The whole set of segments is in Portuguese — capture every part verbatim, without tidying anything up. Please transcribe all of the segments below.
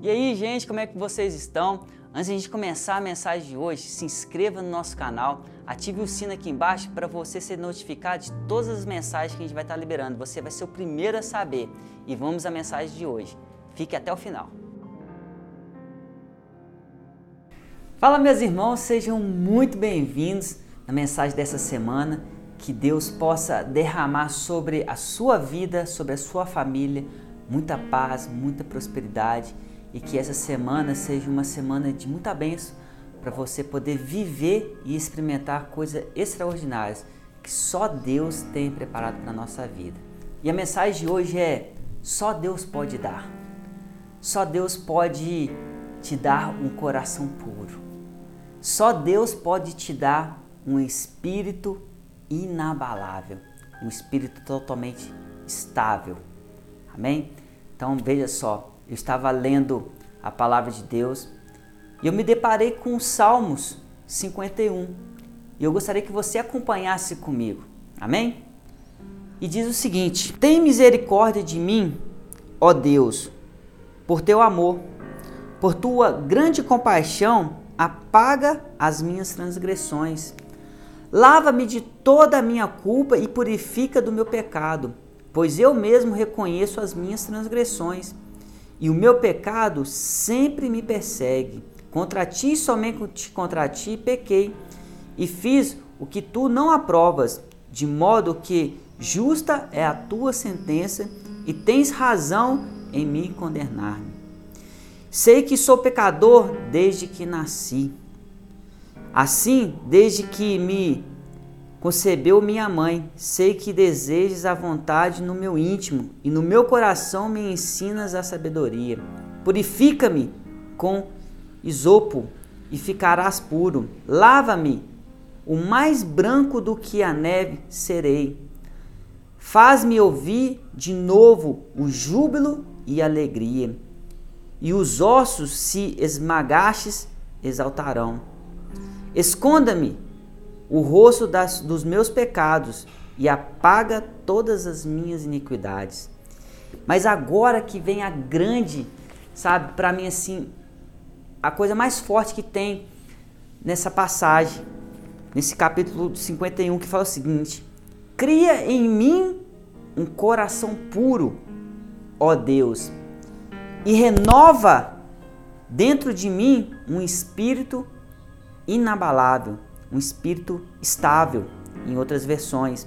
E aí, gente, como é que vocês estão? Antes de a gente começar a mensagem de hoje, se inscreva no nosso canal, ative o sino aqui embaixo para você ser notificado de todas as mensagens que a gente vai estar liberando. Você vai ser o primeiro a saber. E vamos à mensagem de hoje. Fique até o final. Fala, meus irmãos, sejam muito bem-vindos na mensagem dessa semana. Que Deus possa derramar sobre a sua vida, sobre a sua família, muita paz, muita prosperidade. E que essa semana seja uma semana de muita bênção para você poder viver e experimentar coisas extraordinárias que só Deus tem preparado para a nossa vida. E a mensagem de hoje é: só Deus pode dar. Só Deus pode te dar um coração puro. Só Deus pode te dar um espírito inabalável, um espírito totalmente estável. Amém? Então veja só. Eu estava lendo a palavra de Deus e eu me deparei com os Salmos cinquenta e um. E eu gostaria que você acompanhasse comigo. Amém? E diz o seguinte: tem misericórdia de mim, ó Deus, por teu amor, por tua grande compaixão, apaga as minhas transgressões. Lava-me de toda a minha culpa e purifica do meu pecado, pois eu mesmo reconheço as minhas transgressões. E o meu pecado sempre me persegue. Contra ti, somente contra ti, pequei, e fiz o que tu não aprovas, de modo que justa é a tua sentença, e tens razão em me condenar-me. Sei que sou pecador desde que nasci. Assim, desde que me concebeu minha mãe, sei que desejas a vontade no meu íntimo, e no meu coração me ensinas a sabedoria. Purifica-me com isopo e ficarás puro. Lava-me, o mais branco do que a neve serei. Faz-me ouvir de novo o júbilo e a alegria, e os ossos, se esmagastes, exaltarão. Esconda-me o rosto das, dos meus pecados e apaga todas as minhas iniquidades. Mas agora que vem a grande, sabe, para mim assim, a coisa mais forte que tem nessa passagem, nesse capítulo cinquenta e um, que fala o seguinte: cria em mim um coração puro, ó Deus, e renova dentro de mim um espírito inabalável, um espírito estável, em outras versões.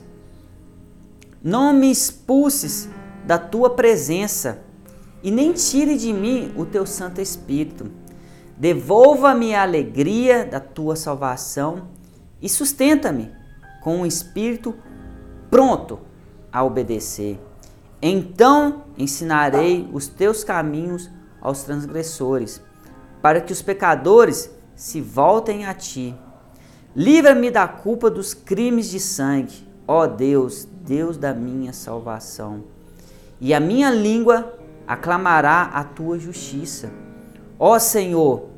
Não me expulses da tua presença e nem tire de mim o teu Santo Espírito. Devolva-me a alegria da tua salvação e sustenta-me com um espírito pronto a obedecer. Então ensinarei os teus caminhos aos transgressores, para que os pecadores se voltem a ti. Livra-me da culpa dos crimes de sangue, ó Deus, Deus da minha salvação. E a minha língua aclamará a tua justiça. Ó Senhor,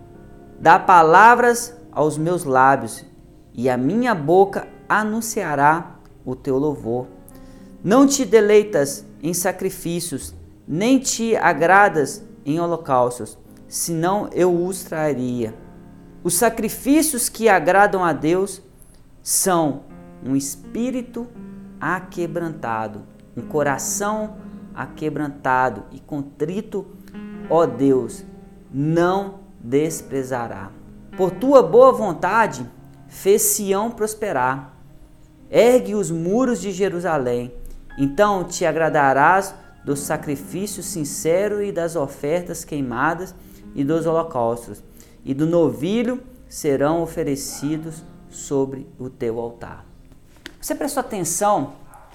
dá palavras aos meus lábios, e a minha boca anunciará o teu louvor. Não te deleitas em sacrifícios, nem te agradas em holocaustos, senão eu os traria. Os sacrifícios que agradam a Deus são um espírito aquebrantado, um coração aquebrantado e contrito, ó Deus, não desprezará. Por tua boa vontade fez Sião prosperar. Ergue os muros de Jerusalém. Então te agradarás do sacrifício sincero e das ofertas queimadas e dos holocaustos, e do novilho serão oferecidos sobre o teu altar. Você prestou atenção?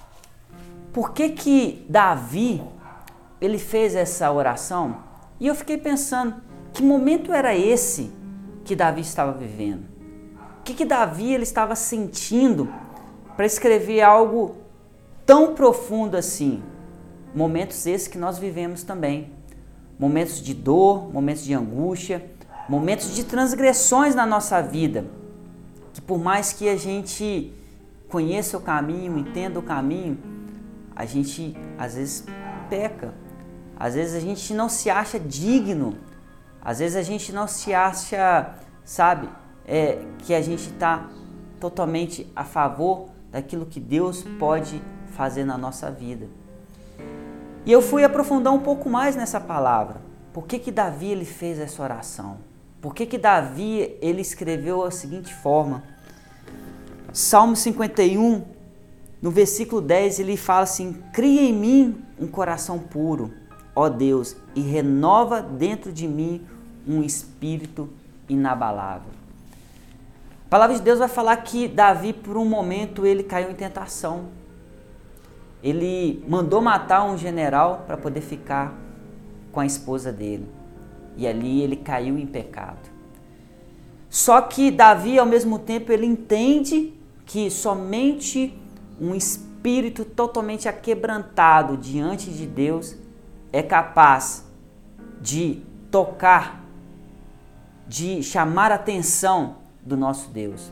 Por que que Davi, ele fez essa oração? E eu fiquei pensando, que momento era esse que Davi estava vivendo? O que que Davi ele estava sentindo para escrever algo tão profundo assim? Momentos esses que nós vivemos também. Momentos de dor, momentos de angústia, momentos de transgressões na nossa vida, que por mais que a gente conheça o caminho, entenda o caminho, a gente às vezes peca, Às vezes a gente não se acha digno, às vezes a gente não se acha, sabe, é, que a gente está totalmente a favor daquilo que Deus pode fazer na nossa vida. E eu fui aprofundar um pouco mais nessa palavra. Por que que Davi ele fez essa oração? Por que que Davi ele escreveu da seguinte forma? Salmo cinquenta e um, no versículo dez, ele fala assim: cria em mim um coração puro, ó Deus, e renova dentro de mim um espírito inabalável. A palavra de Deus vai falar que Davi, por um momento, ele caiu em tentação. Ele mandou matar um general para poder ficar com a esposa dele. E ali ele caiu em pecado. Só que Davi, ao mesmo tempo, ele entende que somente um espírito totalmente aquebrantado diante de Deus é capaz de tocar, de chamar a atenção do nosso Deus.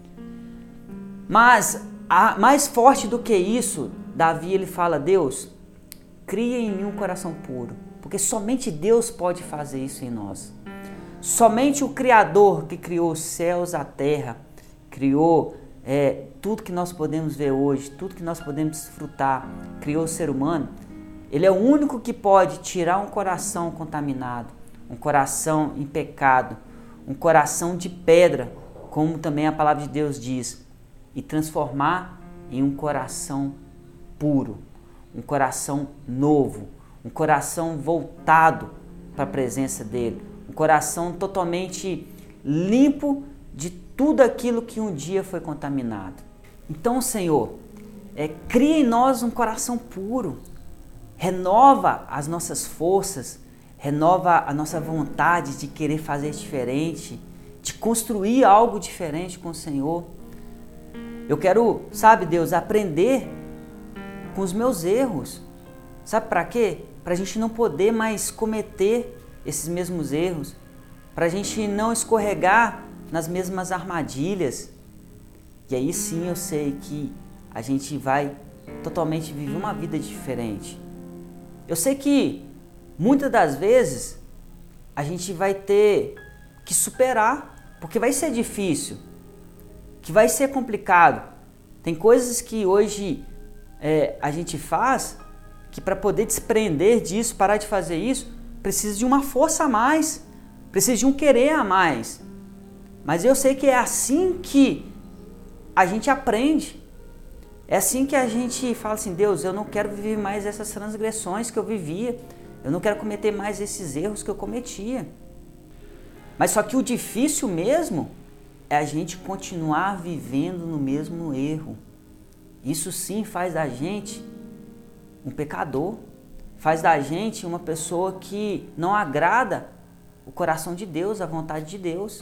Mas, a, mais forte do que isso, Davi ele fala: Deus, cria em mim um coração puro, porque somente Deus pode fazer isso em nós. Somente o Criador que criou os céus, a terra, criou é, tudo que nós podemos ver hoje, tudo que nós podemos desfrutar, criou o ser humano. Ele é o único que pode tirar um coração contaminado, um coração em pecado, um coração de pedra, como também a palavra de Deus diz, e transformar em um coração puro, um coração novo, um coração voltado para a presença dele, um coração totalmente limpo de tudo aquilo que um dia foi contaminado. Então, Senhor, é, cria em nós um coração puro, renova as nossas forças, renova a nossa vontade de querer fazer diferente, de construir algo diferente com o Senhor. Eu quero, sabe, Deus, aprender com os meus erros. Sabe para quê? Para a gente não poder mais cometer esses mesmos erros, para a gente não escorregar nas mesmas armadilhas. E aí sim eu sei que a gente vai totalmente viver uma vida diferente. Eu sei que muitas das vezes a gente vai ter que superar, porque vai ser difícil, que vai ser complicado. Tem coisas que hoje é, a gente faz que para poder desprender disso, parar de fazer isso, precisa de uma força a mais, precisa de um querer a mais. Mas eu sei que é assim que a gente aprende. É assim que a gente fala assim: Deus, eu não quero viver mais essas transgressões que eu vivia, eu não quero cometer mais esses erros que eu cometia. Mas só que o difícil mesmo é a gente continuar vivendo no mesmo erro. Isso sim faz da gente um pecador, faz da gente uma pessoa que não agrada o coração de Deus, a vontade de Deus.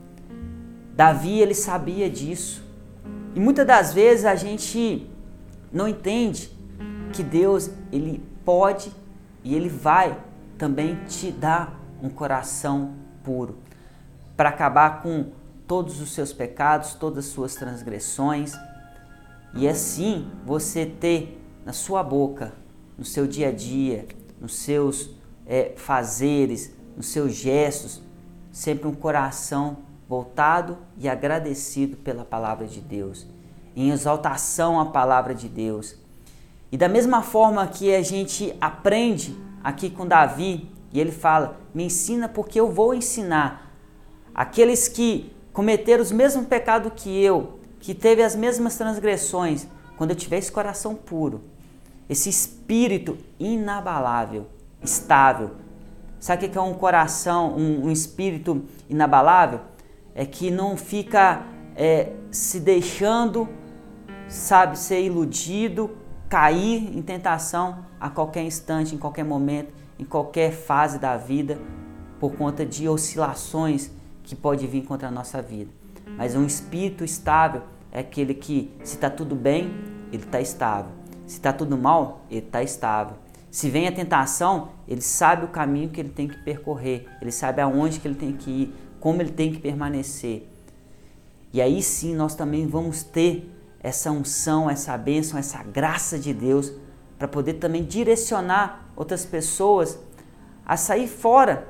Davi, ele sabia disso. E muitas das vezes a gente não entende que Deus, ele pode e ele vai também te dar um coração puro para acabar com todos os seus pecados, todas as suas transgressões, e assim você ter na sua boca, no seu dia a dia, nos seus é, fazeres, nos seus gestos, sempre um coração voltado e agradecido pela palavra de Deus, em exaltação à palavra de Deus. E da mesma forma que a gente aprende aqui com Davi, e ele fala: me ensina porque eu vou ensinar. Aqueles que cometeram os mesmos pecados que eu, que teve as mesmas transgressões, quando eu tiver esse coração puro, esse espírito inabalável, estável. Sabe o que é um coração, um, um espírito inabalável? É que não fica é, se deixando, sabe, ser iludido, cair em tentação a qualquer instante, em qualquer momento, em qualquer fase da vida, por conta de oscilações que pode vir contra a nossa vida. Mas um espírito estável é aquele que, se está tudo bem, ele está estável. Se está tudo mal, ele está estável. Se vem a tentação, ele sabe o caminho que ele tem que percorrer, ele sabe aonde que ele tem que ir, como ele tem que permanecer. E aí sim nós também vamos ter essa unção, essa bênção, essa graça de Deus para poder também direcionar outras pessoas a sair fora,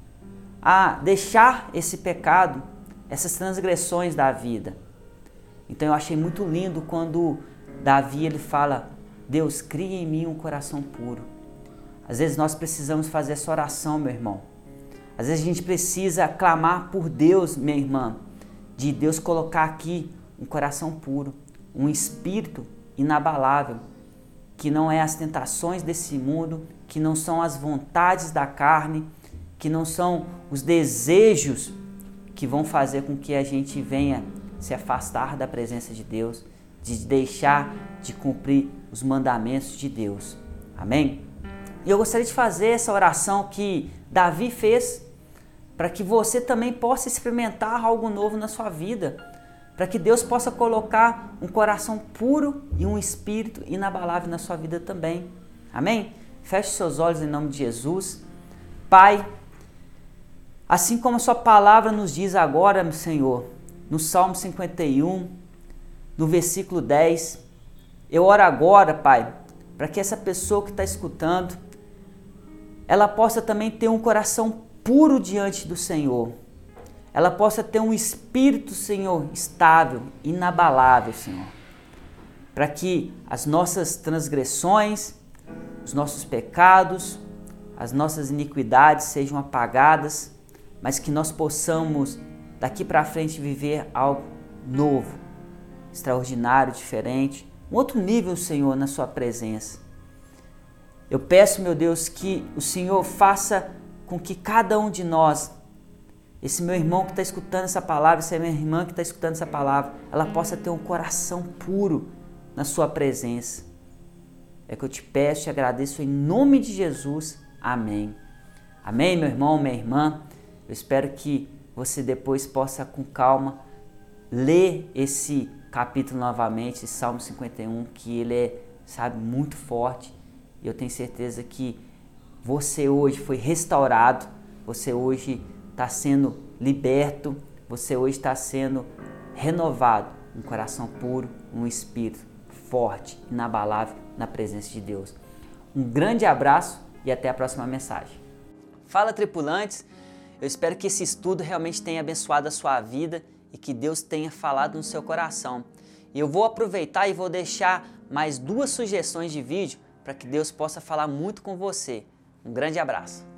a deixar esse pecado, essas transgressões da vida. Então eu achei muito lindo quando Davi ele fala: Deus, cria em mim um coração puro. Às vezes nós precisamos fazer essa oração, meu irmão. Às vezes a gente precisa clamar por Deus, minha irmã, de Deus colocar aqui um coração puro, um espírito inabalável, que não é as tentações desse mundo, que não são as vontades da carne, que não são os desejos que vão fazer com que a gente venha se afastar da presença de Deus, de deixar de cumprir os mandamentos de Deus. Amém? E eu gostaria de fazer essa oração que Davi fez, para que você também possa experimentar algo novo na sua vida, para que Deus possa colocar um coração puro e um espírito inabalável na sua vida também. Amém? Feche seus olhos em nome de Jesus. Pai, assim como a sua palavra nos diz agora, meu Senhor, no Salmo cinquenta e um, no versículo dez, eu oro agora, Pai, para que essa pessoa que está escutando, ela possa também ter um coração puro diante do Senhor. Ela possa ter um espírito, Senhor, estável, inabalável, Senhor. Para que as nossas transgressões, os nossos pecados, as nossas iniquidades sejam apagadas, mas que nós possamos daqui para frente viver algo novo, extraordinário, diferente, um outro nível, Senhor, na sua presença. Eu peço, meu Deus, que o Senhor faça com que cada um de nós, esse meu irmão que está escutando essa palavra, essa minha irmã que está escutando essa palavra, ela possa ter um coração puro na sua presença. É que eu te peço e agradeço em nome de Jesus. Amém. Amém, meu irmão, minha irmã. Eu espero que você depois possa, com calma, ler esse capítulo novamente, Salmo cinquenta e um, que ele é, sabe, muito forte. E eu tenho certeza que você hoje foi restaurado, você hoje está sendo liberto, você hoje está sendo renovado, um coração puro, um espírito forte, inabalável na presença de Deus. Um grande abraço e até a próxima mensagem. Fala, tripulantes! Eu espero que esse estudo realmente tenha abençoado a sua vida e que Deus tenha falado no seu coração. E eu vou aproveitar e vou deixar mais duas sugestões de vídeo para que Deus possa falar muito com você. Um grande abraço!